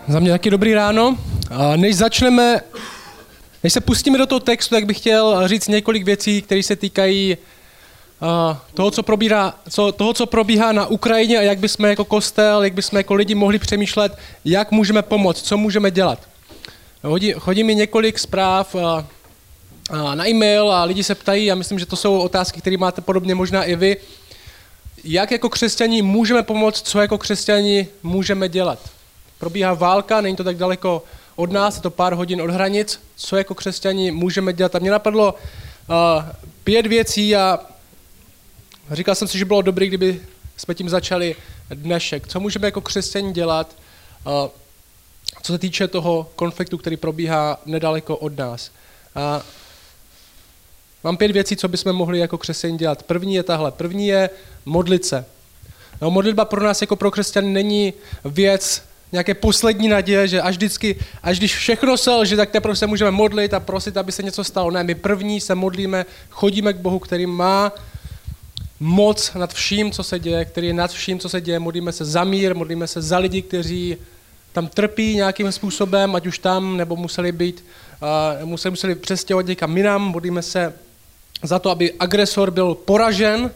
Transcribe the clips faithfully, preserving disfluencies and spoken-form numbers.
Za mě taky dobrý ráno. A než začneme, než se pustíme do toho textu, tak bych chtěl říct několik věcí, které se týkají uh, toho, co probíhá, co, toho, co probíhá na Ukrajině a jak bychom jako kostel, jak bychom jako lidi mohli přemýšlet, jak můžeme pomoct, co můžeme dělat. Chodí, chodí mi několik zpráv uh, uh, na e-mail a lidi se ptají, já myslím, že to jsou otázky, které máte podobně možná i vy, jak jako křesťani můžeme pomoct, co jako křesťani můžeme dělat. Probíhá válka, není to tak daleko od nás, je to pár hodin od hranic, co jako křesťani můžeme dělat. A mě napadlo uh, pět věcí a říkal jsem si, že bylo dobré, kdyby jsme tím začali dnešek. Co můžeme jako křesťani dělat, uh, co se týče toho konfliktu, který probíhá nedaleko od nás. Uh, mám pět věcí, co bychom mohli jako křesťani dělat. První je tahle. První je modlit se. No, modlitba pro nás jako pro křesťany není věc nějaké poslední naděje, že až vždycky, až když všechno selže, tak teprve se můžeme modlit a prosit, aby se něco stalo. Ne, my první se modlíme, chodíme k Bohu, který má moc nad vším, co se děje, který je nad vším, co se děje. Modlíme se za mír, modlíme se za lidi, kteří tam trpí nějakým způsobem, ať už tam, nebo museli být, uh, museli, museli přestěhovat někam jinam. Modlíme se za to, aby agresor byl poražen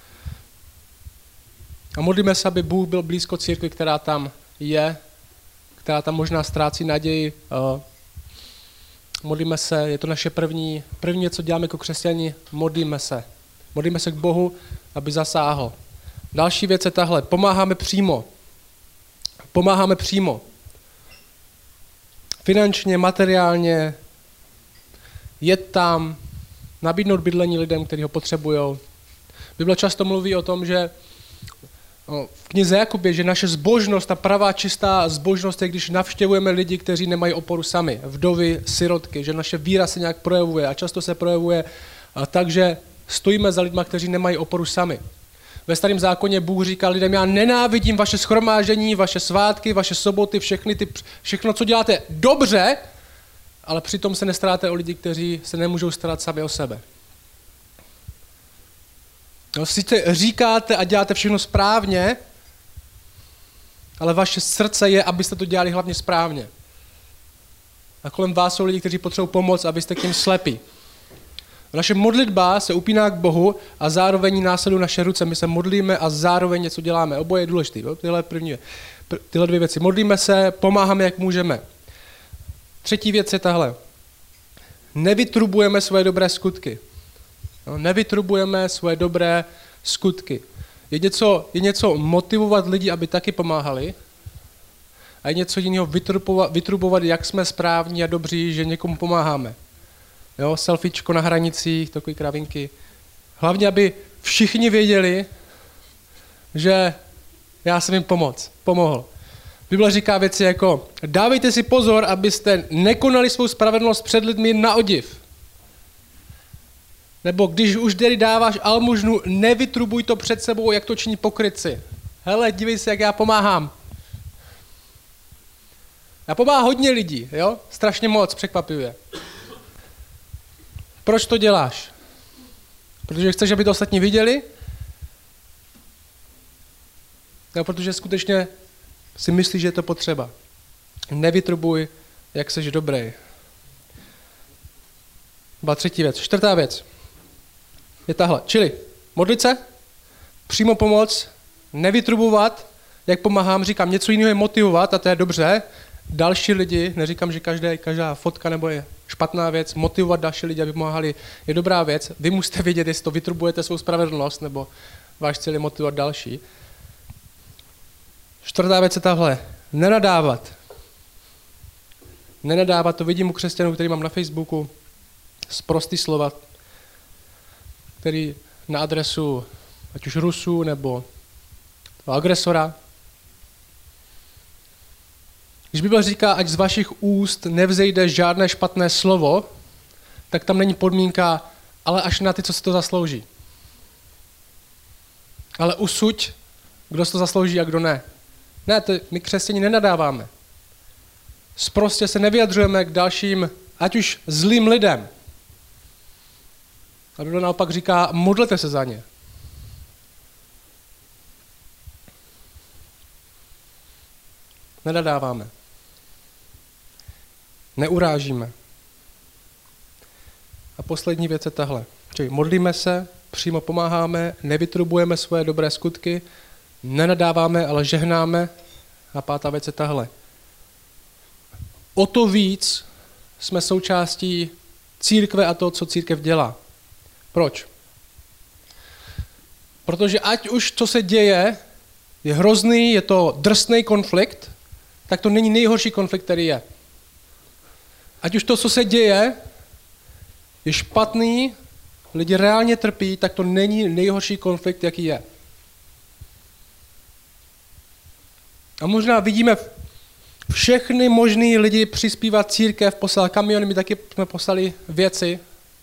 a modlíme se, aby Bůh byl blízko církvi, která tam je, která tam možná ztrácí naději. Modlíme se, je to naše první, první, co děláme jako křesťani, modlíme se. Modlíme se k Bohu, aby zasáhl. Další věc je tahle, pomáháme přímo. Pomáháme přímo. Finančně, materiálně, jet tam, nabídnout bydlení lidem, kteří ho potřebují. Bible často mluví o tom, že v knize Jakubě, že naše zbožnost, ta pravá čistá zbožnost je, když navštěvujeme lidi, kteří nemají oporu sami, vdovy, sirotky, že naše víra se nějak projevuje a často se projevuje tak, že stojíme za lidma, kteří nemají oporu sami. Ve Starém zákoně Bůh říká lidem, já nenávidím vaše shromáždění, vaše svátky, vaše soboty, všechny ty, všechno, co děláte dobře, ale přitom se nestaráte o lidi, kteří se nemůžou starat sami o sebe. No, sice říkáte a děláte všechno správně, ale vaše srdce je, abyste to dělali hlavně správně. A kolem vás jsou lidi, kteří potřebují pomoc, abyste k ním slepí. Naše modlitba se upíná k Bohu a zároveň následují naše ruce. My se modlíme a zároveň něco děláme. Oboje je důležité. Tyhle, první, tyhle dvě věci. Modlíme se, pomáháme, jak můžeme. Třetí věc je tahle. Nevytrubujeme svoje dobré skutky. No, nevytrubujeme svoje dobré skutky. Je něco, je něco motivovat lidi, aby taky pomáhali, a je něco jiného vytrubovat, vytrubovat, jak jsme správní a dobří, že někomu pomáháme. Jo, selfiečko na hranicích, takové kravinky. Hlavně, aby všichni věděli, že já jsem jim pomoc, pomohl. Bible říká věci jako, dávejte si pozor, abyste nekonali svou spravedlnost před lidmi na odiv. Nebo když už tedy dáváš almužnu, nevytrubuj to před sebou, jak to činí pokrytci. Hele, dívej se, jak já pomáhám. Já pomáhám hodně lidí, jo? Strašně moc, překvapivě. Proč to děláš? Protože chceš, aby to ostatní viděli? No, protože skutečně si myslíš, že je to potřeba. Nevytrubuj, jak seš dobrý. Byla třetí věc. Čtvrtá věc je tahle. Čili modlit se, přímo pomoc, nevytrubovat, jak pomáhám, říkám, něco jiného je motivovat a to je dobře. Další lidi, neříkám, že každé, každá fotka nebo je špatná věc, motivovat další lidi, aby pomáhali, je dobrá věc. Vy musíte vědět, jestli to vytrubujete svou spravedlnost, nebo váš cíl je motivovat další. Čtvrtá věc je tahle. Nenadávat. Nenadávat, to vidím u křesťanů, který mám na Facebooku, sprostý slova, který na adresu ať už Rusů nebo agresora. Když Bible říká, ať z vašich úst nevzejde žádné špatné slovo, tak tam není podmínka, ale až na ty, co si to zaslouží. Ale usuď, kdo si to zaslouží a kdo ne. Ne, to my křesťané nenadáváme. Sprostě se nevyjadřujeme k dalším, ať už zlým lidem. A Bible naopak říká, modlete se za ně. Nenadáváme. neurážíme. A poslední věc je tahle. Čili modlíme se, přímo pomáháme, nevytrubujeme svoje dobré skutky, nenadáváme, ale žehnáme. A pátá věc je tahle. O to víc jsme součástí církve a to, co církev dělá. Proč? Protože ať už co se děje, je hrozný, je to drsný konflikt, tak to není nejhorší konflikt, který je. Ať už to, co se děje, je špatný, lidi reálně trpí, tak to není nejhorší konflikt, jaký je. A možná vidíme všechny možný lidi přispívat církev, poslal kamiony, my taky jsme poslali věci.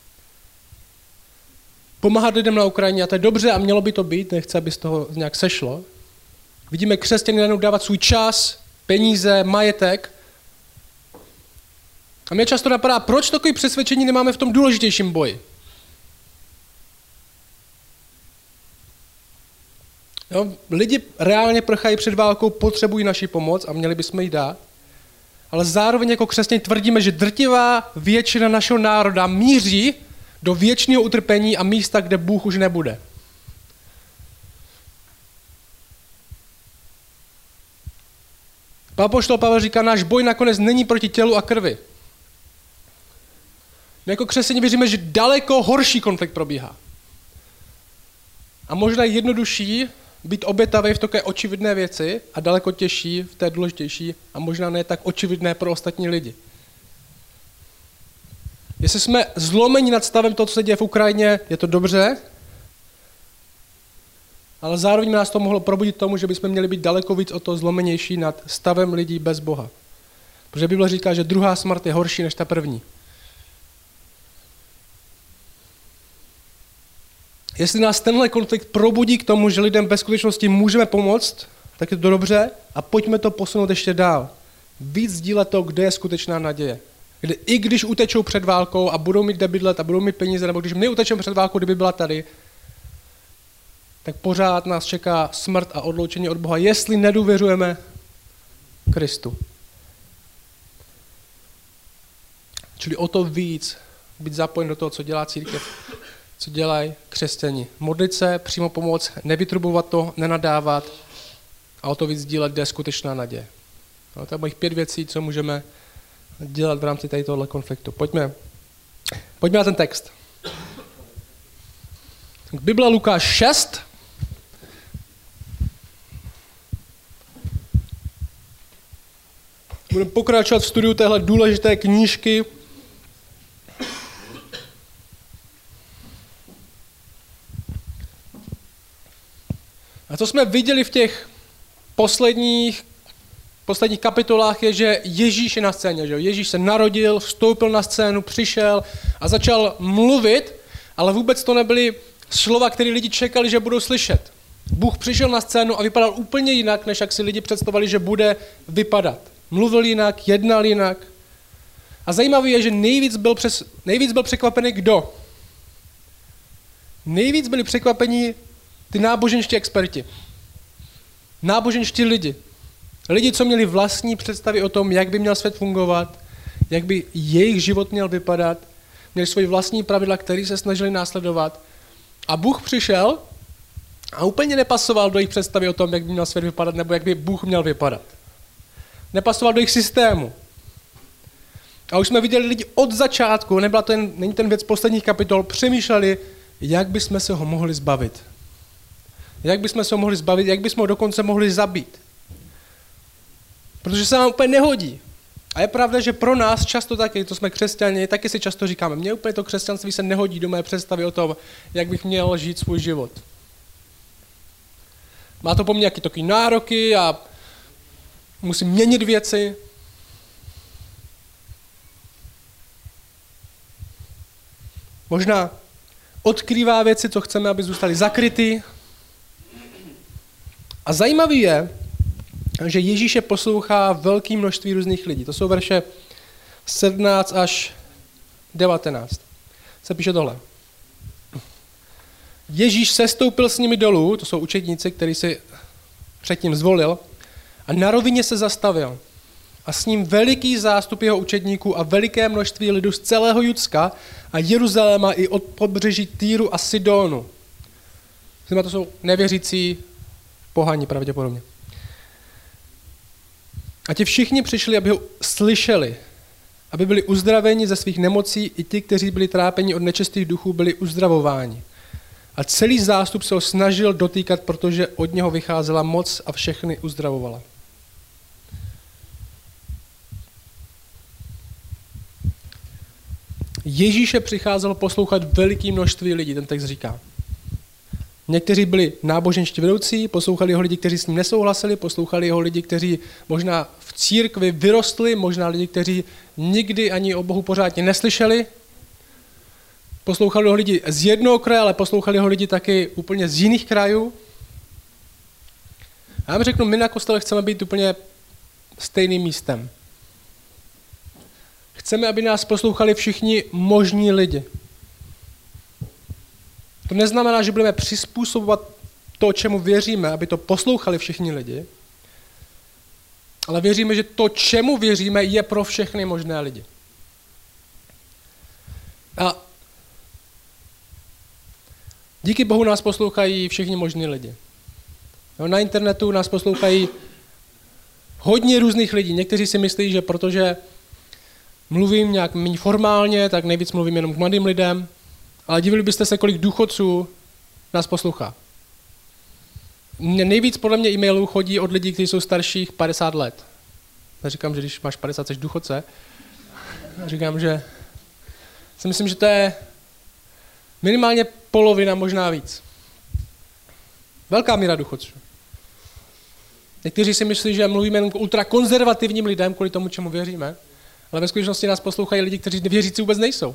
Pomáhat lidem na Ukrajině, a to je dobře a mělo by to být, nechci, aby z toho nějak sešlo. Vidíme křesťany najednou dávat svůj čas, peníze, majetek. A mě často napadá, proč takové přesvědčení nemáme v tom důležitějším boji. Jo, lidi reálně prchají před válkou, potřebují naši pomoc a měli bychom jí dát. Ale zároveň jako křesťané tvrdíme, že drtivá většina našeho národa míří do věčného utrpení a místa, kde Bůh už nebude. Apoštol Pavel říká, náš boj nakonec není proti tělu a krvi. My jako křesťané věříme, že daleko horší konflikt probíhá. A možná jednodušší být obětavý v takové očividné věci a daleko těžší v té důležitější a možná ne tak očividné pro ostatní lidi. Jestli jsme zlomeni nad stavem toho, co se děje v Ukrajině, je to dobře, ale zároveň nás to mohlo probudit tomu, že bychom měli být daleko víc o to zlomenější nad stavem lidí bez Boha. Protože Bible říká, že druhá smrt je horší než ta první. Jestli nás tenhle konflikt probudí k tomu, že lidem ve skutečnosti můžeme pomoct, tak je to dobře a pojďme to posunout ještě dál. Víc sdílet to, kde je skutečná naděje. Kdy, I když utečou před válkou a budou mít kde bydlet a budou mít peníze, nebo když my utečeme před válkou, kdyby byla tady, tak pořád nás čeká smrt a odloučení od Boha, jestli nedůvěřujeme Kristu. Čili o to víc být zapojen do toho, co dělá církev, co dělají křesťani. Modlit se, přímo pomoct, nevytrubovat to, nenadávat a o to víc sdílet, kde je skutečná naděje. No, to je mojich pět věcí, co můžeme dělat v rámci tady tohohle konfliktu. Pojďme, pojďme na ten text. Bible Lukáš šest. Budeme pokračovat v studiu téhle důležité knížky. A co jsme viděli v těch posledních, posledních kapitolách je, že Ježíš je na scéně. Že? Ježíš se narodil, vstoupil na scénu, přišel a začal mluvit, ale vůbec to nebyly slova, které lidi čekali, že budou slyšet. Bůh přišel na scénu a vypadal úplně jinak, než jak si lidi představovali, že bude vypadat. Mluvil jinak, jednal jinak. A zajímavé je, že nejvíc byl, přes, nejvíc byl překvapený kdo? Nejvíc byli překvapení ty náboženští experti. Náboženští lidi. Lidi, co měli vlastní představy o tom, jak by měl svět fungovat, jak by jejich život měl vypadat, měli svoji vlastní pravidla, které se snažili následovat. A Bůh přišel a úplně nepasoval do jejich představy o tom, jak by měl svět vypadat, nebo jak by Bůh měl vypadat. Nepasoval do jejich systému. A už jsme viděli lidi od začátku, nebyla to jen, není ten věc posledních kapitol, přemýšleli, jak bychom se ho mohli zbavit. Jak bychom se ho mohli zbavit, jak bychom ho dokonce mohli zabít. Protože se nám úplně nehodí. A je pravda, že pro nás často taky, to jsme křesťani, taky si často říkáme, mně úplně to křesťanství se nehodí do mé představy o tom, jak bych měl žít svůj život. Má to po mně nějaké takové nároky a musím měnit věci. Možná odkrývá věci, co chceme, aby zůstaly zakryty. A zajímavý je, že Ježíše poslouchá velké množství různých lidí. To jsou verše sedmnáct až devatenáct. Se píše tohle. Ježíš sestoupil s nimi dolů, to jsou učedníci, který si předtím zvolil, a na rovině se zastavil. a s ním veliký zástup jeho učedníků a veliké množství lidu z celého Judska a Jeruzaléma i od pobřeží Týru a Sidonu. To jsou nevěřící pohani pravděpodobně. A ti všichni přišli, aby ho slyšeli, aby byli uzdraveni ze svých nemocí, i ti, kteří byli trápeni od nečistých duchů, byli uzdravováni. A celý zástup se ho snažil dotýkat, protože od něho vycházela moc a všechny uzdravovala. Ježíše přicházelo poslouchat veliké množství lidí, ten text říká. Někteří byli náboženští vedoucí, poslouchali jeho lidi, kteří s ním nesouhlasili, poslouchali jeho lidi, kteří možná v církvi vyrostli, možná lidi, kteří nikdy ani o Bohu pořádně neslyšeli. Poslouchali ho lidi z jednoho kraje, ale poslouchali ho lidi taky úplně z jiných krajů. A já vám řeknu, my na kostele chceme být úplně stejným místem. Chceme, aby nás poslouchali všichni možní lidi. To neznamená, že budeme přizpůsobovat to, čemu věříme, aby to poslouchali všichni lidi, ale věříme, že to, čemu věříme, je pro všechny možné lidi. A díky Bohu nás poslouchají všichni možní lidi. Na internetu nás poslouchají hodně různých lidí. Někteří si myslí, že protože mluvím nějak méně formálně, tak nejvíc mluvím jenom k mladým lidem, ale divili byste se, kolik důchodců nás poslouchá. Nejvíc podle mě e-mailů chodí od lidí, kteří jsou starších padesát let. Já říkám, že když máš padesát, jsi důchodce. Já říkám, že si myslím, že to je minimálně polovina, možná víc. Velká míra důchodců. Někteří si myslí, že mluvíme jen k ultrakonzervativním lidem, kvůli tomu, čemu věříme, ale ve skutečnosti nás poslouchají lidi, kteří věřící vůbec nejsou.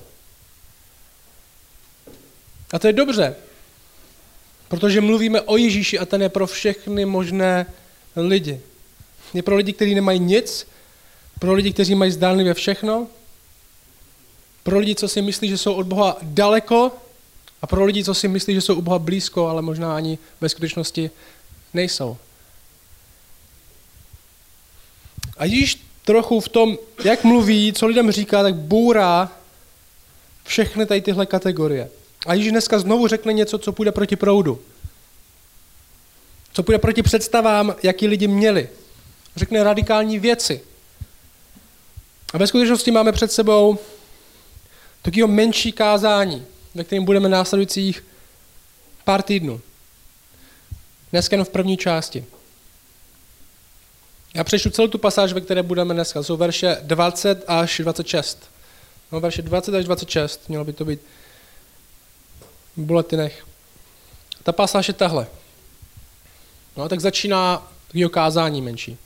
A to je dobře, protože mluvíme o Ježíši a ten je pro všechny možné lidi. Je pro lidi, kteří nemají nic, pro lidi, kteří mají zdánlivě všechno, pro lidi, co si myslí, že jsou od Boha daleko, a pro lidi, co si myslí, že jsou u Boha blízko, ale možná ani ve skutečnosti nejsou. A Ježíš trochu v tom, jak mluví, co lidem říká, tak bourá všechny tady tyhle kategorie. A Ježíš dneska znovu řekne něco, co půjde proti proudu. Co půjde proti představám, jaký lidi měli. Řekne radikální věci. A ve skutečnosti máme před sebou takového menší kázání, ve kterém budeme následujících pár týdnů. Dneska jenom v první části. Já přečtu celou tu pasáž, ve které budeme dneska. Jsou verše dvacet až dvacet šest. No, verše dvacet až dvacet šest, mělo by to být v buletinech. Ta pasáž je tahle. No, tak začíná takového kázání menší.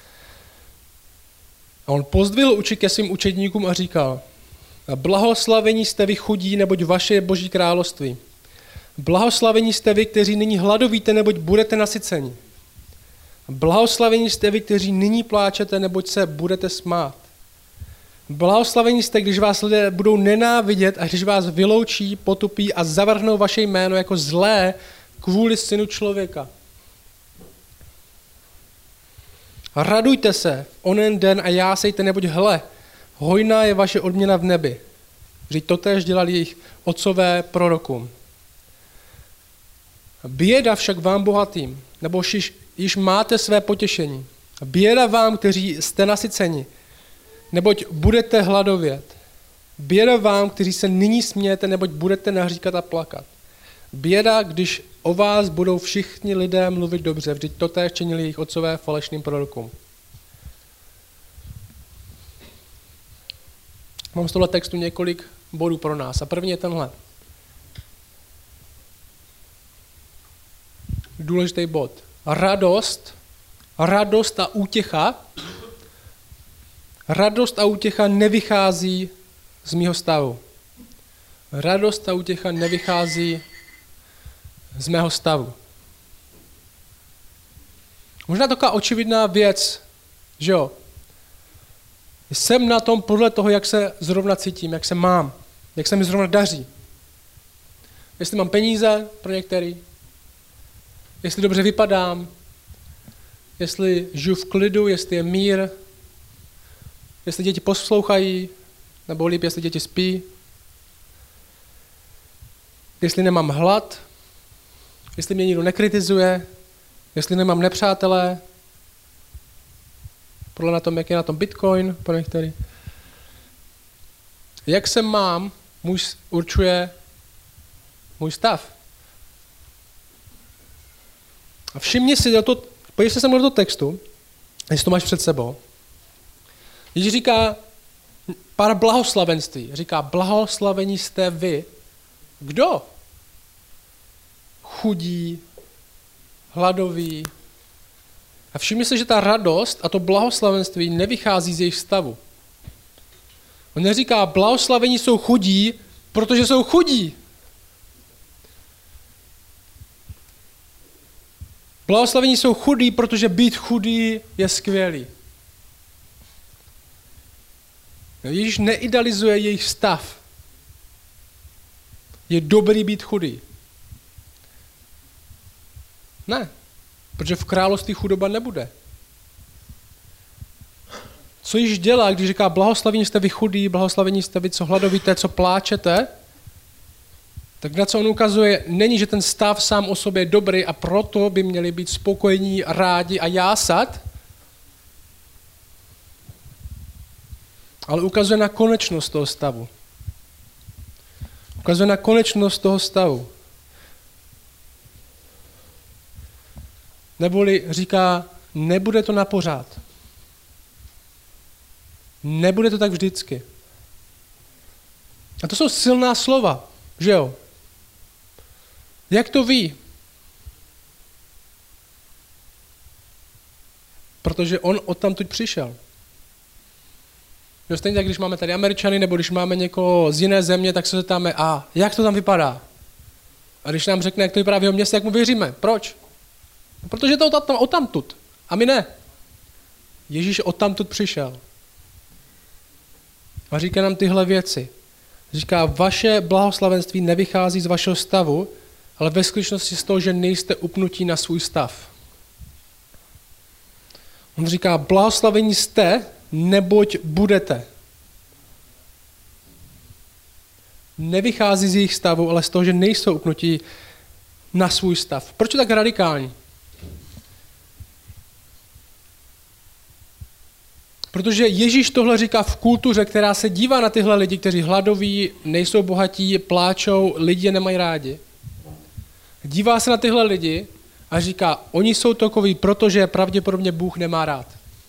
A on pozdvihl uči ke svým učedníkům a říkal: Blahoslavení jste vy chudí, neboť vaše je Boží království. Blahoslavení jste vy, kteří nyní hladovíte, neboť budete nasyceni. Blahoslavení jste vy, kteří nyní pláčete, neboť se budete smát. Blahoslavení jste, když vás lidé budou nenávidět a když vás vyloučí, potupí a zavrhnou vaše jméno jako zlé kvůli synu člověka. Radujte se v onen den a jásejte, neboť hle, hojná je vaše odměna v nebi. Vždyť totéž dělali jejich otcové prorokům. Běda však vám bohatým, nebo již, již máte své potěšení. Běda vám, kteří jste nasyceni, neboť budete hladovět. Běda vám, kteří se nyní smějete, neboť budete naříkat a plakat. Běda, když o vás budou všichni lidé mluvit dobře, vždyť totéž činili jejich otcové falešným prorokům. Mám z tohle textu několik bodů pro nás. A první je tenhle. Důležitý bod. Radost, radost a útěcha. Radost a útěcha nevychází z mýho stavu. Radost a útěcha nevychází z mého stavu. Možná taková očividná věc, že jo. Jsem na tom podle toho, jak se zrovna cítím, jak se mám, jak se mi zrovna daří. Jestli mám peníze pro některý, jestli dobře vypadám, jestli žiju v klidu, jestli je mír, jestli děti poslouchají, nebo líp, jestli děti spí, jestli nemám hlad, jestli mě nikdo nekritizuje, jestli nemám nepřátelé, podle na tom, jak je na tom Bitcoin, pro některý. Jak se mám, můj určuje můj stav. A všimni si do toho, podívej se sem do toho textu, jestli to máš před sebou. Ježíš říká pár blahoslavenství. Říká, blahoslavení jste vy. Kdo? Chudí, hladoví. A všimni si, že ta radost a to blahoslavenství nevychází z jejich stavu. On neříká, blahoslavení jsou chudí, protože jsou chudí. Blahoslavení jsou chudí, protože být chudý je skvělý. Ježíš neidealizuje jejich stav. Je dobrý být chudý. Ne, protože v království chudoba nebude. Co již dělá, když říká blahoslavení jste vy chudí, blahoslavení jste vy, co hladovíte, co pláčete, tak na co on ukazuje, není, že ten stav sám o sobě je dobrý a proto by měli být spokojení, rádi a jásat, ale ukazuje na konečnost toho stavu. Ukazuje na konečnost toho stavu. Neboli říká, nebude to na pořád. Nebude to tak vždycky. A to jsou silná slova, že jo? Jak to ví? Protože on odtamtud přišel. Stejně tak, když máme tady Američany, nebo když máme někoho z jiné země, tak se zeptáme, a jak to tam vypadá? A když nám řekne, jak to vypadá v jeho městě, jak mu věříme. Proč? No, protože to je odtamtud. A my ne. Ježíš odtamtud přišel. A říká nám tyhle věci. Říká, vaše blahoslavenství nevychází z vašeho stavu, ale ve skutečnosti z toho, že nejste upnutí na svůj stav. On říká, blahoslavení jste, neboť budete. Nevychází z jejich stavu, ale z toho, že nejsou upnutí na svůj stav. Proč je tak radikální? Protože Ježíš tohle říká v kultuře, která se dívá na tyhle lidi, kteří hladoví, nejsou bohatí, pláčou, lidi je nemají rádi. Dívá se na tyhle lidi a říká, oni jsou takoví, protože pravděpodobně Bůh nemá rád.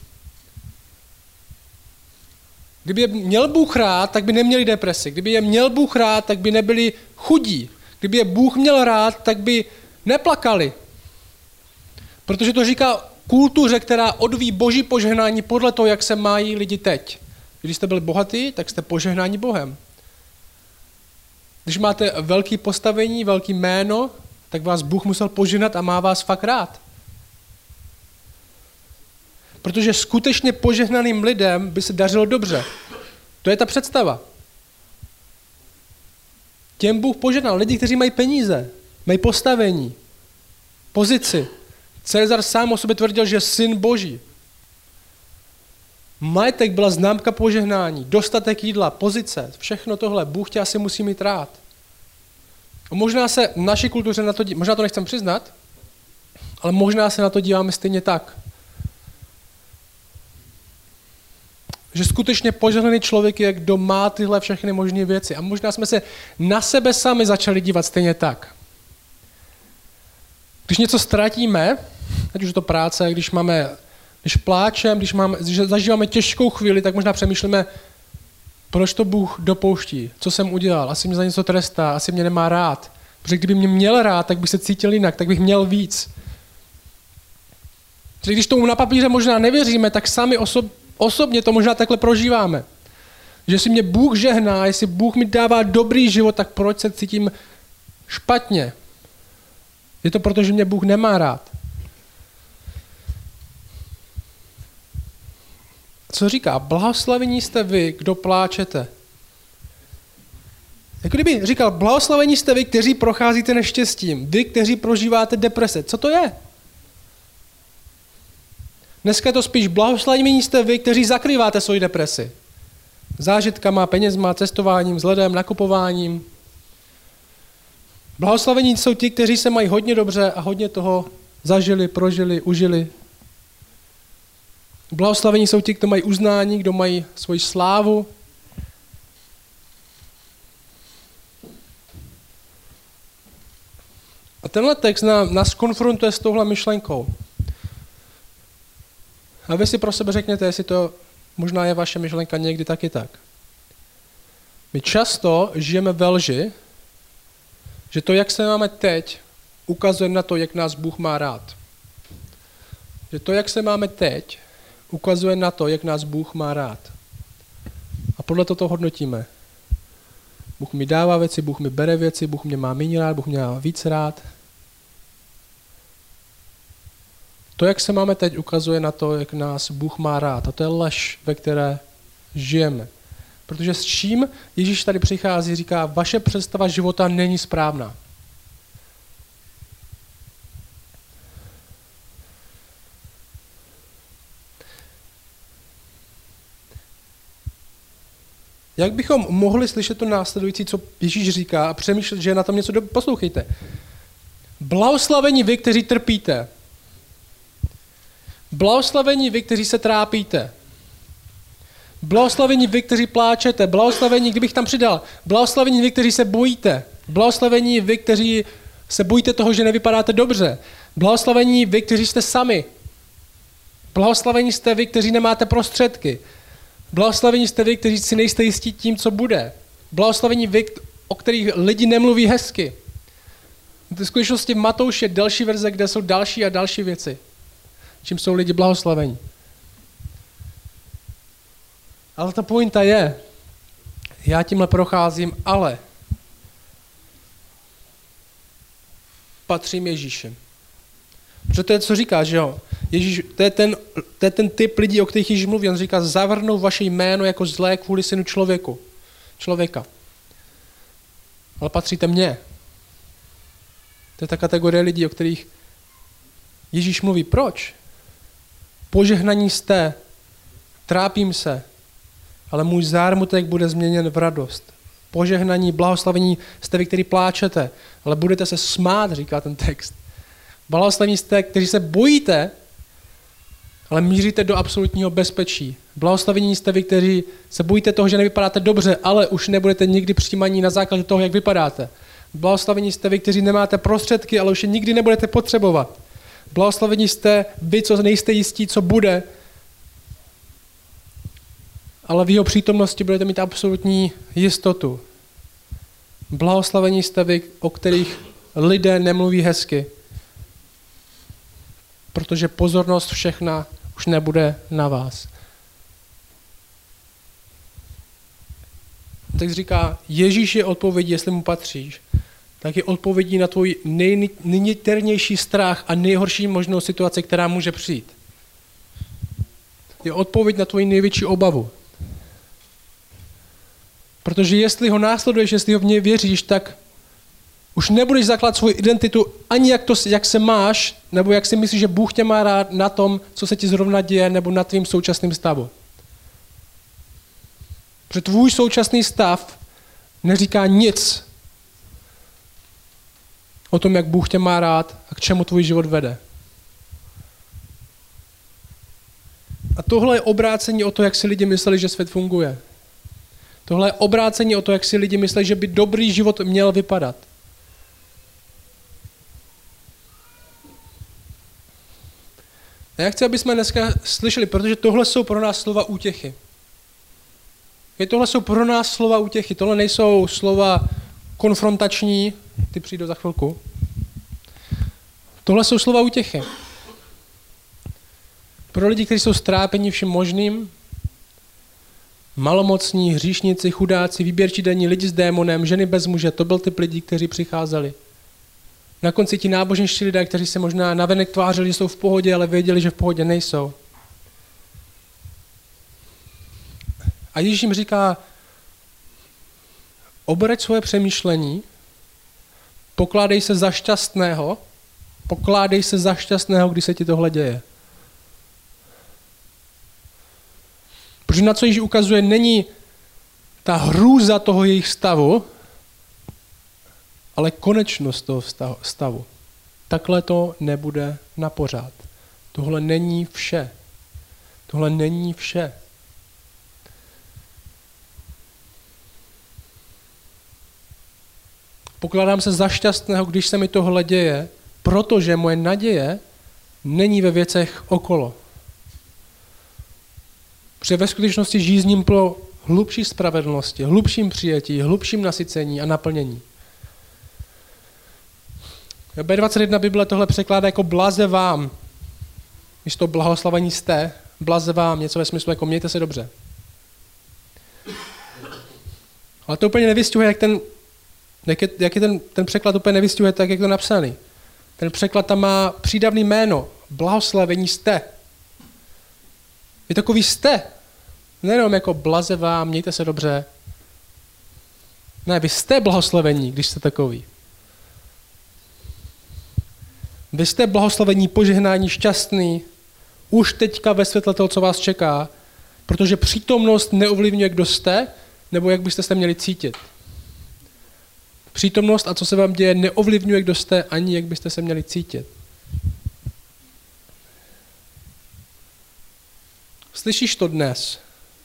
Kdyby je měl Bůh rád, tak by neměli depresi. Kdyby je měl Bůh rád, tak by nebyli chudí. Kdyby je Bůh měl rád, tak by neplakali. Protože to říká kultuře, která odvíjí boží požehnání podle toho, jak se mají lidi teď. Když jste byli bohatí, tak jste požehnáni Bohem. Když máte velké postavení, velké jméno, tak vás Bůh musel požehnat a má vás fakt rád. Protože skutečně požehnaným lidem by se dařilo dobře. To je ta představa. Těm Bůh požehnal. Lidi, kteří mají peníze, mají postavení, pozici. Cezar sám o sobě tvrdil, že je syn Boží. Majetek byla známka požehnání, dostatek jídla, pozice, všechno tohle. Bůh tě asi musí mít rád. A možná se v naší kultuře na to, možná to nechcem přiznat, ale možná se na to díváme stejně tak. Že skutečně požehnaný člověk je, kdo má tyhle všechny možné věci. A možná jsme se na sebe sami začali dívat stejně tak. Když něco ztratíme, ať už je to práce, když máme, když pláčeme, když, máme, když zažíváme těžkou chvíli, tak možná přemýšlíme, proč to Bůh dopouští, co jsem udělal, asi mě za něco trestá, asi mě nemá rád. Protože kdyby mě měl rád, tak bych se cítil jinak, tak bych měl víc. Takže když tomu na papíře možná nevěříme, tak sami osob, osobně to možná takhle prožíváme. Že si mě Bůh žehná, jestli Bůh mi dává dobrý život, tak proč se cítím špatně? Je to proto, že mě Bůh nemá rád. Co říká? Blahoslavení jste vy, kdo pláčete. Jako kdyby říkal, blahoslavení jste vy, kteří procházíte neštěstím. Vy, kteří prožíváte deprese. Co to je? Dneska je to spíš blahoslavení jste vy, kteří zakrýváte svoji depresi. Zážitkama, penězma, cestováním, vzhledem, nakupováním. Blahoslavení jsou ti, kteří se mají hodně dobře a hodně toho zažili, prožili, užili. Blahoslavení jsou ti, kdo mají uznání, kdo mají svoji slávu. A tenhle text nás konfrontuje s touhle myšlenkou. A vy si pro sebe řekněte, jestli to možná je vaše myšlenka někdy taky tak. My často žijeme ve lži, že to, jak se máme teď, ukazuje na to, jak nás Bůh má rád. Že to, jak se máme teď, ukazuje na to, jak nás Bůh má rád. A podle toho hodnotíme. Bůh mi dává věci, Bůh mi bere věci, Bůh mě má méně rád, Bůh mě má víc rád. To, jak se máme teď, ukazuje na to, jak nás Bůh má rád. A to je lež, ve které žijeme. Protože s čím Ježíš tady přichází, říká, vaše představa života není správná. Jak bychom mohli slyšet to následující, co Ježíš říká a přemýšlet, že je na tom něco dobré? Poslouchejte. Blahoslavení vy, kteří trpíte. Blahoslavení vy, kteří se trápíte. Blahoslavení vy, kteří pláčete. Blahoslavení, kdybych tam přidal, blahoslavení vy, kteří se bojíte. Blahoslavení vy, kteří se bojíte toho, že nevypadáte dobře. Blahoslavení vy, kteří jste sami. Blahoslavení jste vy, kteří nemáte prostředky. Blahoslavení jste vy, kteří si nejste jistí tím, co bude. Blahoslavení vy, o kterých lidi nemluví hezky. V skutečnosti Matouš je další verze, kde jsou další a další věci. Čím jsou lidi blahoslavení. Ale ta pointa je, já tímhle procházím, ale patřím Ježíši. Protože to je, co říká, že jo? Ježíš, to je, ten, to je ten typ lidí, o kterých Ježíš mluví. On říká, zavrhnou vaše jméno jako zlé kvůli synu člověku. Člověka. Ale patříte mně. To je ta kategorie lidí, o kterých Ježíš mluví. Proč? Požehnaní jste, trápím se, ale můj zármutek bude změněn v radost. Požehnaní, blahoslavení jste vy, který pláčete, ale budete se smát, říká ten text. Blahoslavení jste, kteří se bojíte, ale míříte do absolutního bezpečí. Blahoslavení jste vy, kteří se bojíte toho, že nevypadáte dobře, ale už nebudete nikdy přijímaní na základě toho, jak vypadáte. Blahoslavení jste vy, kteří nemáte prostředky, ale už je nikdy nebudete potřebovat. Blahoslavení jste vy, co nejste jistí, co bude, ale v jeho přítomnosti budete mít absolutní jistotu. Blahoslavení jste vy, o kterých lidé nemluví hezky, protože pozornost všechna už nebude na vás. Tak říká, Ježíš je odpovědí, jestli mu patříš, tak je odpovědí na tvůj nej, nejniternější strach a nejhorší možnou situaci, která může přijít. Je odpověď na tvoji největší obavu. Protože jestli ho následuješ, jestli ho v něj věříš, tak už nebudeš zakládat svou identitu ani jak, to, jak se máš, nebo jak si myslíš, že Bůh tě má rád na tom, co se ti zrovna děje, nebo na tvým současným stavu. Protože tvůj současný stav neříká nic o tom, jak Bůh tě má rád a k čemu tvůj život vede. A tohle je obrácení o to, jak si lidi mysleli, že svět funguje. Tohle je obrácení o to, jak si lidi myslí, že by dobrý život měl vypadat. A já chci, aby jsme dneska slyšeli, protože tohle jsou pro nás slova útěchy. Tohle jsou pro nás slova útěchy, tohle nejsou slova konfrontační, ty přijdou za chvilku. Tohle jsou slova útěchy. Pro lidi, kteří jsou strápeni vším možným, malomocní, hříšníci, chudáci, výběrčí daní, lidi s démonem, ženy bez muže, to byl typ lidí, kteří přicházeli. Na konci ti náboženští lidé, kteří se možná navenek tvářili, že jsou v pohodě, ale věděli, že v pohodě nejsou. A Ježíš jim říká, obrať svoje přemýšlení, pokládej se za šťastného, pokládej se za šťastného, když se ti tohle děje. Protože na co Ježíš ukazuje, není ta hrůza toho jejich stavu, ale konečnost toho stavu. Takhle to nebude na pořád. Tohle není vše. Tohle není vše. Pokládám se za šťastného, když se mi tohle děje, protože moje naděje není ve věcech okolo. Protože ve skutečnosti žízním pro hlubší spravedlnosti, hlubším přijetí, hlubším nasycení a naplnění. bé dvacet jedna Bible tohle překládá jako blaze vám. Místo blahoslavení jste, blaze vám, něco ve smyslu jako mějte se dobře. Ale to úplně nevystihuje, jak ten, jak je, jak je ten, ten překlad úplně nevystihuje tak, jak to napsaný. Ten překlad tam má přídavný jméno, blahoslavení jste. Je takový jste. Nejenom jako blaze vám, mějte se dobře. Ne, vy jste blahoslavení, když jste takový. Vy jste blahoslavení, požehnání, šťastný, už teďka ve světle toho, co vás čeká, protože přítomnost neovlivňuje, kdo jste, nebo jak byste se měli cítit. Přítomnost a co se vám děje neovlivňuje, kdo jste, ani jak byste se měli cítit. Slyšíš to dnes?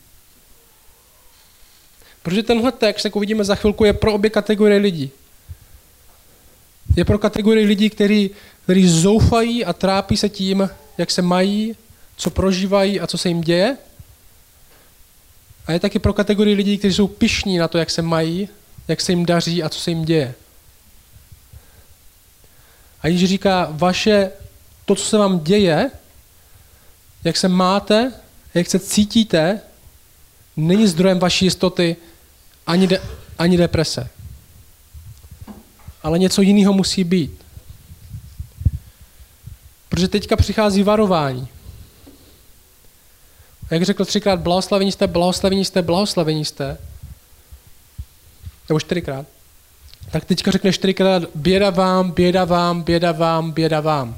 Protože tenhle text, jak uvidíme za chvilku, je pro obě kategorie lidí. Je pro kategorii lidí, kteří, kteří zoufají a trápí se tím, jak se mají, co prožívají a co se jim děje. A je taky pro kategorii lidí, kteří jsou pyšní na to, jak se mají, jak se jim daří a co se jim děje. A Ježíš říká, vaše, to, co se vám děje, jak se máte, jak se cítíte, není zdrojem vaší jistoty ani, de, ani deprese. Ale něco jiného musí být. Protože teďka přichází varování. Jak řekl třikrát, blahoslavení jste, blahoslavení jste, blahoslavení jste, nebo čtyřikrát, tak teďka řekne čtyřikrát, běda vám, běda vám, běda vám, běda vám.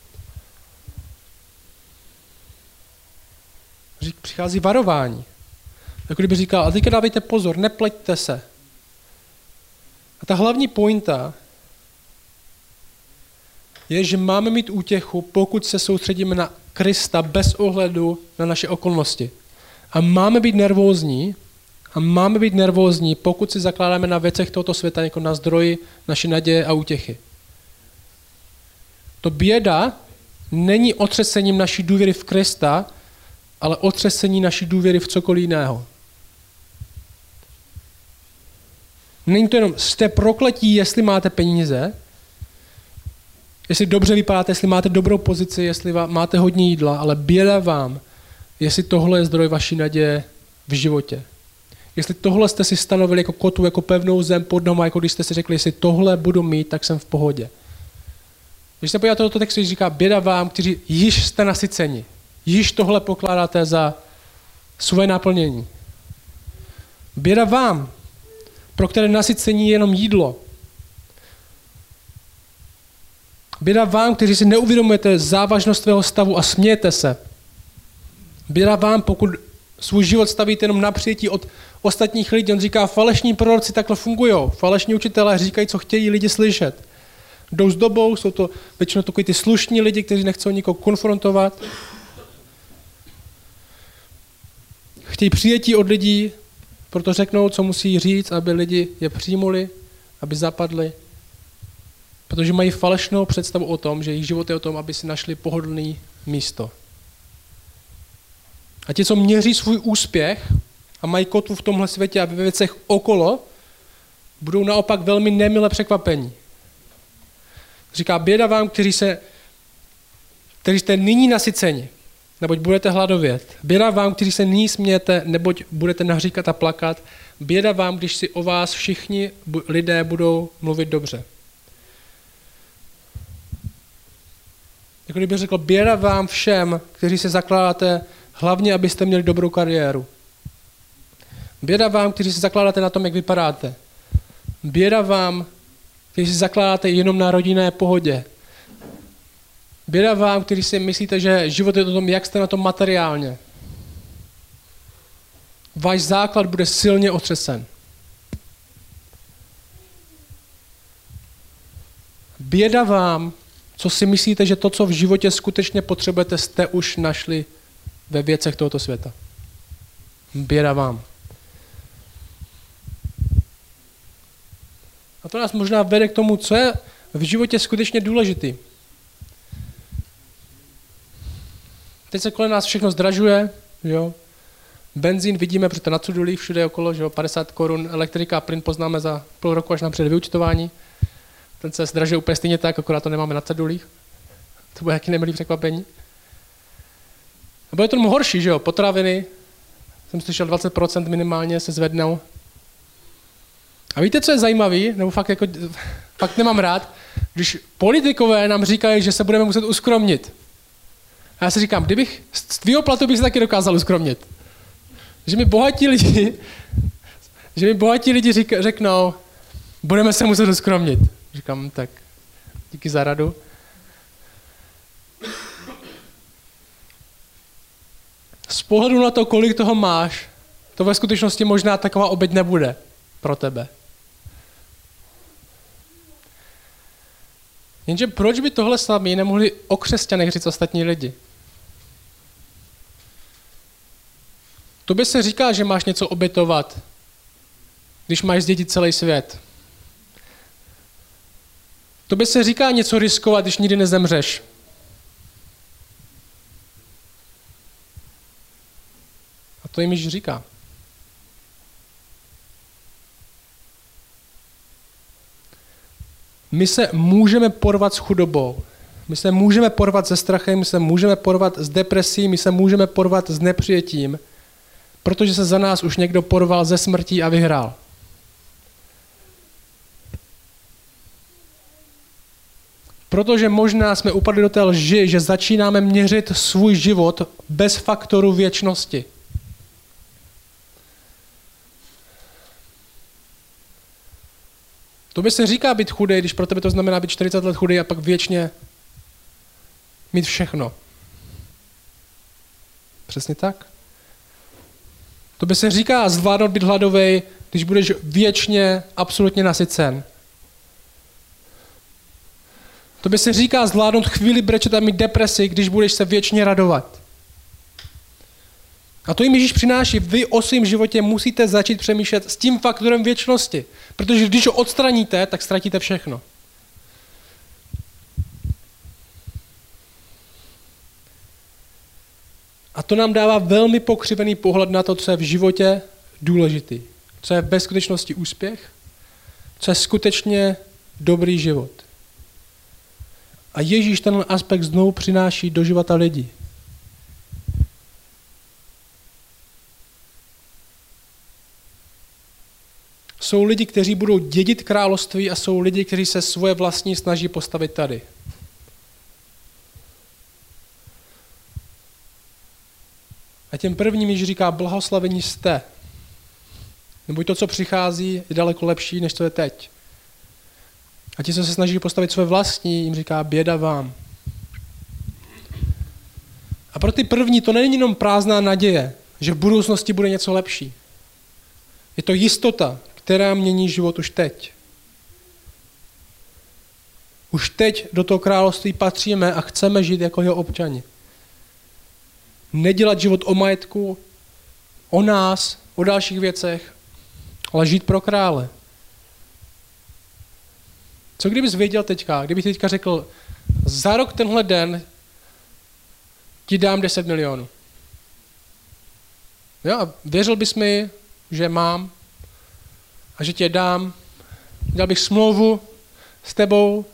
Přichází varování. Jako kdyby říkal, a teďka dávejte pozor, nepleťte se. A ta hlavní pointa je, že máme mít útěchu, pokud se soustředíme na Krista bez ohledu na naše okolnosti. A máme být nervózní, a máme být nervózní, pokud si zakládáme na věcech tohoto světa jako na zdroji naší naděje a útěchy. To běda není otřesením naší důvěry v Krista, ale otřesení naší důvěry v cokoliv jiného. Není to jenom, jste prokletí, jestli máte peníze, jestli dobře vypadáte, jestli máte dobrou pozici, jestli máte hodně jídla, ale běda vám, jestli tohle je zdroj vaší naděje v životě. Jestli tohle jste si stanovili jako kotu, jako pevnou zem pod nohama, jako když jste si řekli, jestli tohle budu mít, tak jsem v pohodě. Když se podíváte do toho textu, říká, běda vám, kteří již jste nasyceni. Již tohle pokládáte za své naplnění. Běda vám, pro které nasycení je jenom jídlo. Běda vám, kteří si neuvědomujete závažnost svého stavu a smějete se. Běda vám, pokud svůj život stavíte jenom na přijetí od ostatních lidí. On říká, falešní proroci takhle fungují. Falešní učitelé říkají, co chtějí lidi slyšet. Jdou s dobou, jsou to většinou takový ty slušní lidi, kteří nechcou nikoho konfrontovat. Chtějí přijetí od lidí, proto řeknou, co musí říct, aby lidi je přijmuli, aby zapadli. Protože mají falešnou představu o tom, že jejich život je o tom, aby si našli pohodlné místo. A ti, co měří svůj úspěch a mají kotvu v tomhle světě a ve věcech okolo, budou naopak velmi nemile překvapení. Říká, běda vám, kteří, se, kteří jste nyní nasyceni, neboť budete hladovět. Běda vám, kteří se nyní smějete, neboť budete naříkat a plakat. Běda vám, když si o vás všichni lidé budou mluvit dobře. Jako kdyby řekl, běda vám všem, kteří se zakládáte hlavně, abyste měli dobrou kariéru. Běda vám, kteří se zakládáte na tom, jak vypadáte. Běda vám, kteří se zakládáte jenom na rodinné pohodě. Běda vám, kteří si myslíte, že život je o tom, jak jste na tom materiálně. váš základ bude silně otřesen. Běda vám, co si myslíte, že to, co v životě skutečně potřebujete, jste už našli ve věcech tohoto světa. Běda vám. A to nás možná vede k tomu, co je v životě skutečně důležitý. Teď se kolem nás všechno zdražuje, jo. Benzín vidíme, protože na cedulích všude okolo, že jo, padesát korun, elektrika a plyn poznáme za půl roku až na předvyúčtování. Ten se zdražuje úplně stejně tak, akorát to nemáme na cedulích. To bude jaký nemilý překvapení. A bude to tomu horší, že jo, potraviny, jsem slyšel dvacet procent minimálně se zvednou. A víte, co je zajímavý, nebo fakt, jako, fakt nemám rád, když politikové nám říkají, že se budeme muset uskromnit. A já si říkám, kdybych z tvýho platu bych se taky dokázal uskromnit. Že mi bohatí lidi, že mi bohatí lidi řík, řeknou, budeme se muset uskromnit. Říkám, tak díky za radu. Z pohledu na to, kolik toho máš, to ve skutečnosti možná taková oběť nebude pro tebe. Jenže proč by tohle sami nemohli o křesťanech říct ostatní lidi? Tobě se říká, že máš něco obětovat, když máš zdědit celý svět. Tobě se říká něco riskovat, když nikdy nezemřeš. A to jim již říká. My se můžeme porvat s chudobou. My se můžeme porvat se strachem, my se můžeme porvat s depresí, my se můžeme porvat s nepřijetím, protože se za nás už někdo porval ze smrtí a vyhrál. Protože možná jsme upadli do té lži, že začínáme měřit svůj život bez faktoru věčnosti. To by se říká být chudej, když pro tebe to znamená být čtyřicet let chudej a pak věčně mít všechno. Přesně tak. To by se říká zvládnout být hladovej, když budeš věčně absolutně nasycen. To by se říká zvládnout chvíli brečet a mít depresi, když budeš se věčně radovat. A to jim Ježíš přináší. Vy o svém životě musíte začít přemýšlet s tím faktorem věčnosti. Protože když ho odstraníte, tak ztratíte všechno. A to nám dává velmi pokřivený pohled na to, co je v životě důležitý. Co je ve skutečnosti úspěch, co je skutečně dobrý život. A Ježíš tenhle aspekt znovu přináší do života lidí. Jsou lidi, kteří budou dědit království a jsou lidi, kteří se svoje vlastní snaží postavit tady. A těm prvním již říká, blahoslavení jste. Neboť to, co přichází, je daleko lepší, než co je teď. A ti, co se snaží postavit své vlastní, jim říká, běda vám. A pro ty první to není jenom prázdná naděje, že v budoucnosti bude něco lepší. Je to jistota, která mění život už teď. Už teď do toho království patříme a chceme žít jako jeho občani. Nedělat život o majetku, o nás, o dalších věcech, ale žít pro krále. Co kdybys věděl teďka, kdybych teďka řekl, za rok tenhle den ti dám deset milionů. Jo, a věřil bys mi, že mám a že tě dám, dělal bych smlouvu s tebou.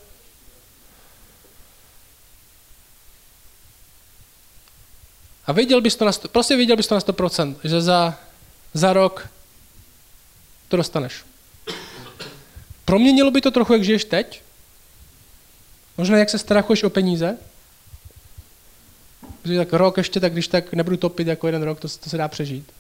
A věděl bys to na sto, prostě věděl bys to na sto procent, že za, za rok to dostaneš. Proměnilo by to trochu, jak žiješ teď? Možná jak se strachuješ o peníze? Protože tak rok ještě, tak když tak nebudu topit jako jeden rok, to, to se dá přežít.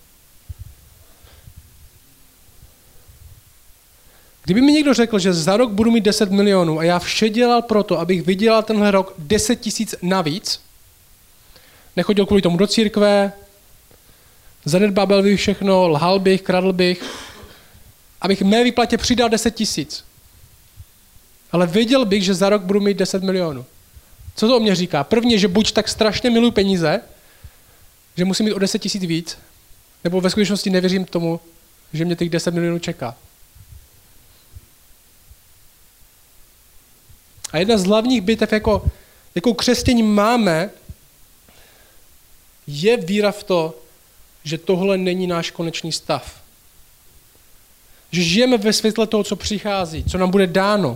Kdyby mi někdo řekl, že za rok budu mít deset milionů a já vše dělal proto, abych vydělal tenhle rok deset tisíc navíc, nechodil kvůli tomu do církve, Zanedbával bych všechno, lhal bych, kradl bych, abych mé výplatě přidal deset tisíc. Ale věděl bych, že za rok budu mít deset milionů. Co to o mě říká? Prvně, že buď tak strašně miluji peníze, že musím mít o deset tisíc víc, nebo ve skutečnosti nevěřím tomu, že mě těch deset milionů čeká. A jedna z hlavních bitev, jako, jakou křesťaní máme, je víra v to, že tohle není náš konečný stav. Že žijeme ve světle toho, co přichází, co nám bude dáno.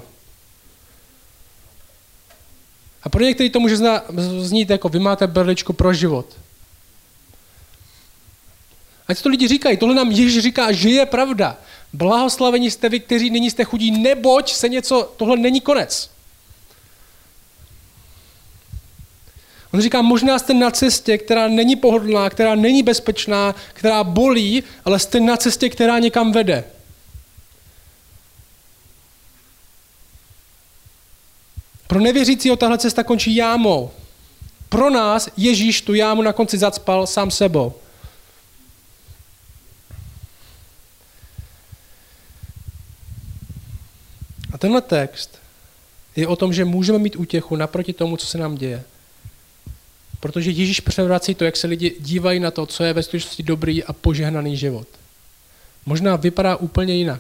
A pro některý to může znít jako vy máte berličku pro život. Ať to lidi říkají, tohle nám Ježíš říká, že je pravda. Blahoslavení jste vy, kteří nyní jste chudí, neboť se něco, tohle není konec. On říká, možná jste na cestě, která není pohodlná, která není bezpečná, která bolí, ale jste na cestě, která někam vede. Pro nevěřícího tahle cesta končí jámou. Pro nás Ježíš tu jámu na konci zacpal sám sebou. A tenhle text je o tom, že můžeme mít útěchu naproti tomu, co se nám děje. Protože Ježíš převrací to, jak se lidi dívají na to, co je ve skutečnosti dobrý a požehnaný život. Možná vypadá úplně jinak.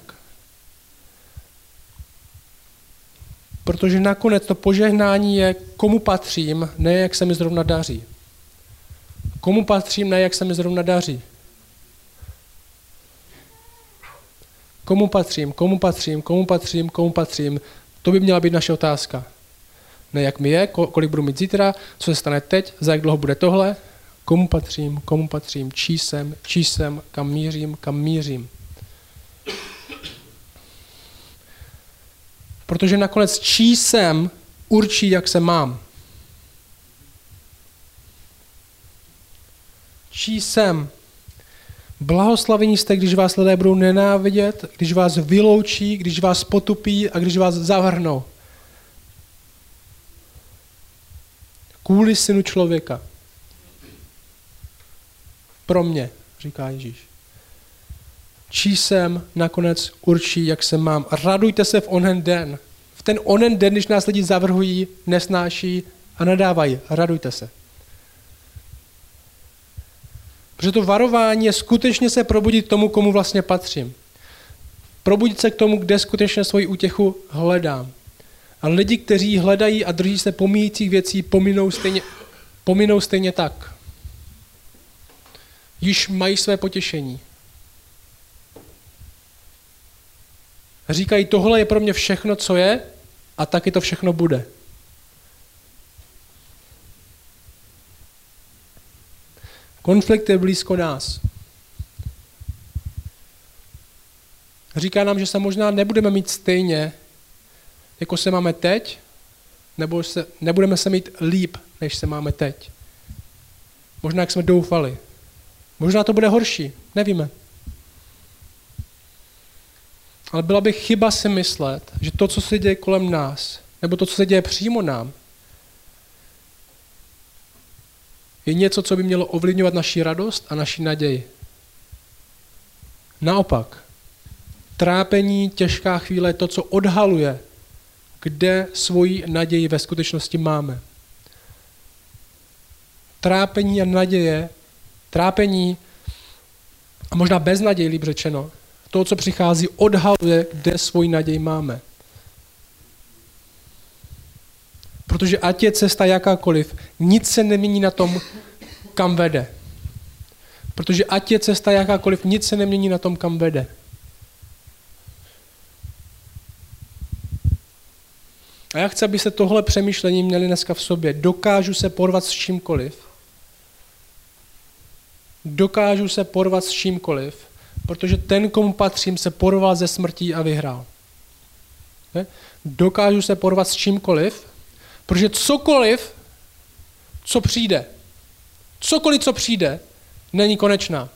Protože nakonec to požehnání je, komu patřím, ne jak se mi zrovna daří. Komu patřím, ne jak se mi zrovna daří. Komu patřím, komu patřím, komu patřím, komu patřím. To by měla být naše otázka. Ne jak mi je, kolik budu mít zítra, co se stane teď, za jak dlouho bude tohle. Komu patřím, komu patřím, čí jsem, čí jsem, kam mířím, kam mířím. Protože nakonec čí jsem určí, jak se mám. Čí jsem. Blahoslavení jste, když vás lidé budou nenávidět, když vás vyloučí, když vás potupí a když vás zavrhnou. Kvůli synu člověka. Pro mě, říká Ježíš. Čí jsem, nakonec určí, jak se mám. Radujte se v onen den. V ten onen den, když nás lidi zavrhují, nesnáší a nadávají. Radujte se. Protože to varování je skutečně se probudit tomu, komu vlastně patřím. Probudit se k tomu, kde skutečně svoji útěchu hledám. A lidi, kteří hledají a drží se pomíjících věcí, pominou stejně, pominou stejně tak. Již mají své potěšení. Říkají, tohle je pro mě všechno, co je, a taky to všechno bude. Konflikt je blízko nás. Říká nám, že se možná nebudeme mít stejně, jako se máme teď, nebo se, nebudeme se mít líp, než se máme teď. Možná, jak jsme doufali. Možná to bude horší, nevíme. Ale byla by chyba si myslet, že to, co se děje kolem nás, nebo to, co se děje přímo nám, je něco, co by mělo ovlivňovat naši radost a naši naději. Naopak, trápení, těžká chvíle je to, co odhaluje, kde svoji naději ve skutečnosti máme. Trápení a naděje, trápení a možná beznaděj, líp řečeno, to, co přichází, odhaluje, kde svoji naději máme. Protože ať je cesta jakákoliv, nic se nemění na tom, kam vede. Protože ať je cesta jakákoliv, nic se nemění na tom, kam vede. A já chci, aby se tohle přemýšlení měli dneska v sobě. Dokážu se porvat s čímkoliv. Dokážu se porvat s čímkoliv, protože ten, komu patřím, se porval ze smrtí a vyhrál. Ne? Dokážu se porvat s čímkoliv, protože cokoliv, co přijde, cokoliv, co přijde, není konečná.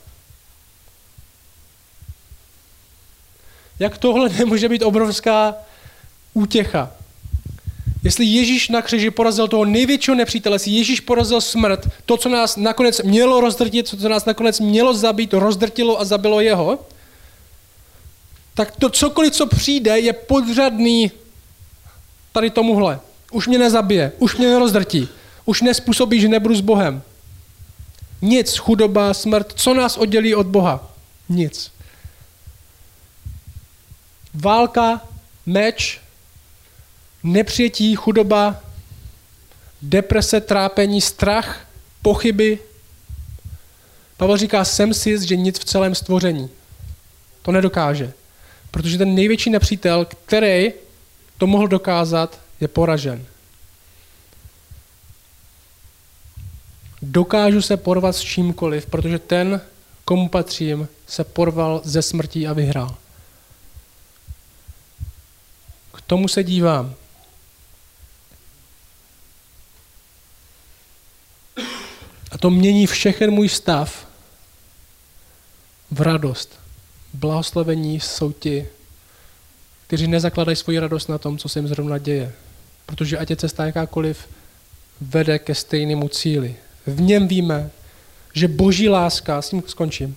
Jak tohle nemůže být obrovská útěcha? Jestli Ježíš na kříži porazil toho největšího nepřítele, jestli Ježíš porazil smrt, to, co nás nakonec mělo rozdrtit, co nás nakonec mělo zabít, rozdrtilo a zabilo jeho, tak to cokoliv, co přijde, je podřadný tady tomuhle. Už mě nezabije, už mě nerozdrtí, už nespůsobí, že nebudu s Bohem. Nic, chudoba, smrt, co nás oddělí od Boha? Nic. Válka, meč, nepřijetí, chudoba, deprese, trápení, strach, pochyby. Pavel říká, jsem si jist, že nic v celém stvoření. To nedokáže. Protože ten největší nepřítel, který to mohl dokázat, je poražen. Dokážu se porvat s čímkoliv, protože ten, komu patřím, se porval ze smrtí a vyhrál. K tomu se dívám. A to mění všechen můj stav v radost. Blahoslavení jsou ti, kteří nezakladají svoji radost na tom, co se jim zrovna děje. Protože ať je cesta jakákoliv, vede ke stejnému cíli. V něm víme, že Boží láska, s tím skončím,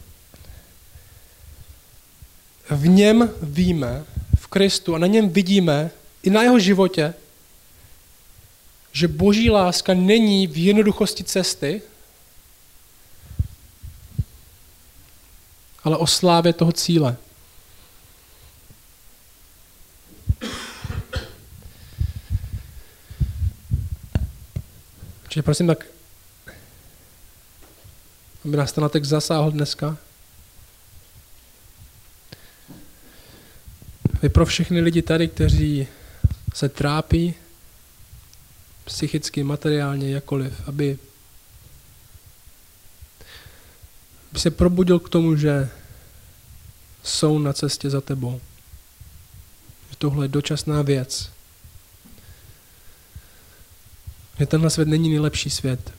v něm víme, v Kristu a na něm vidíme i na jeho životě, že Boží láska není v jednoduchosti cesty, ale o slávě toho cíle. Čiže prosím tak, aby nás ten text zasáhl dneska. Vy pro všechny lidi tady, kteří se trápí psychicky, materiálně, jakkoliv, aby, aby se probudil k tomu, že jsou na cestě za tebou. Že tohle je dočasná věc. Že tenhle svět není nejlepší svět.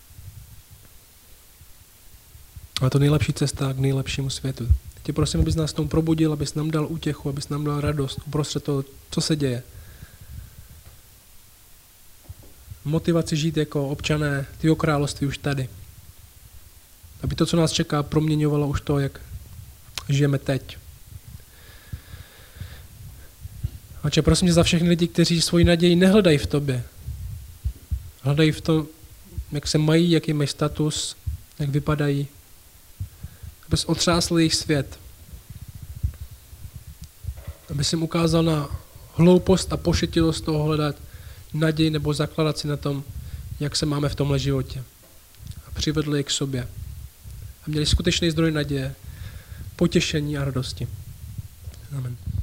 Ale to nejlepší cesta k nejlepšímu světu. Tě prosím, abys nás tomu probudil, abys nám dal útěchu, abys nám dal radost uprostřed toho, co se děje. Motivaci žít jako občané tvého království už tady. Aby to, co nás čeká, proměňovalo už to, jak žijeme teď. A prosím tě za všechny lidi, kteří svoji naději nehledají v tobě. Hledají v tom, jak se mají, jaký mají status, jak vypadají. Abys otřásl jejich svět. Abys jim ukázal na hloupost a pošetilost toho hledat naději nebo zakladat si na tom, jak se máme v tomhle životě. A přivedli je k sobě. A měli skutečný zdroj naděje, potěšení a radosti. Amen.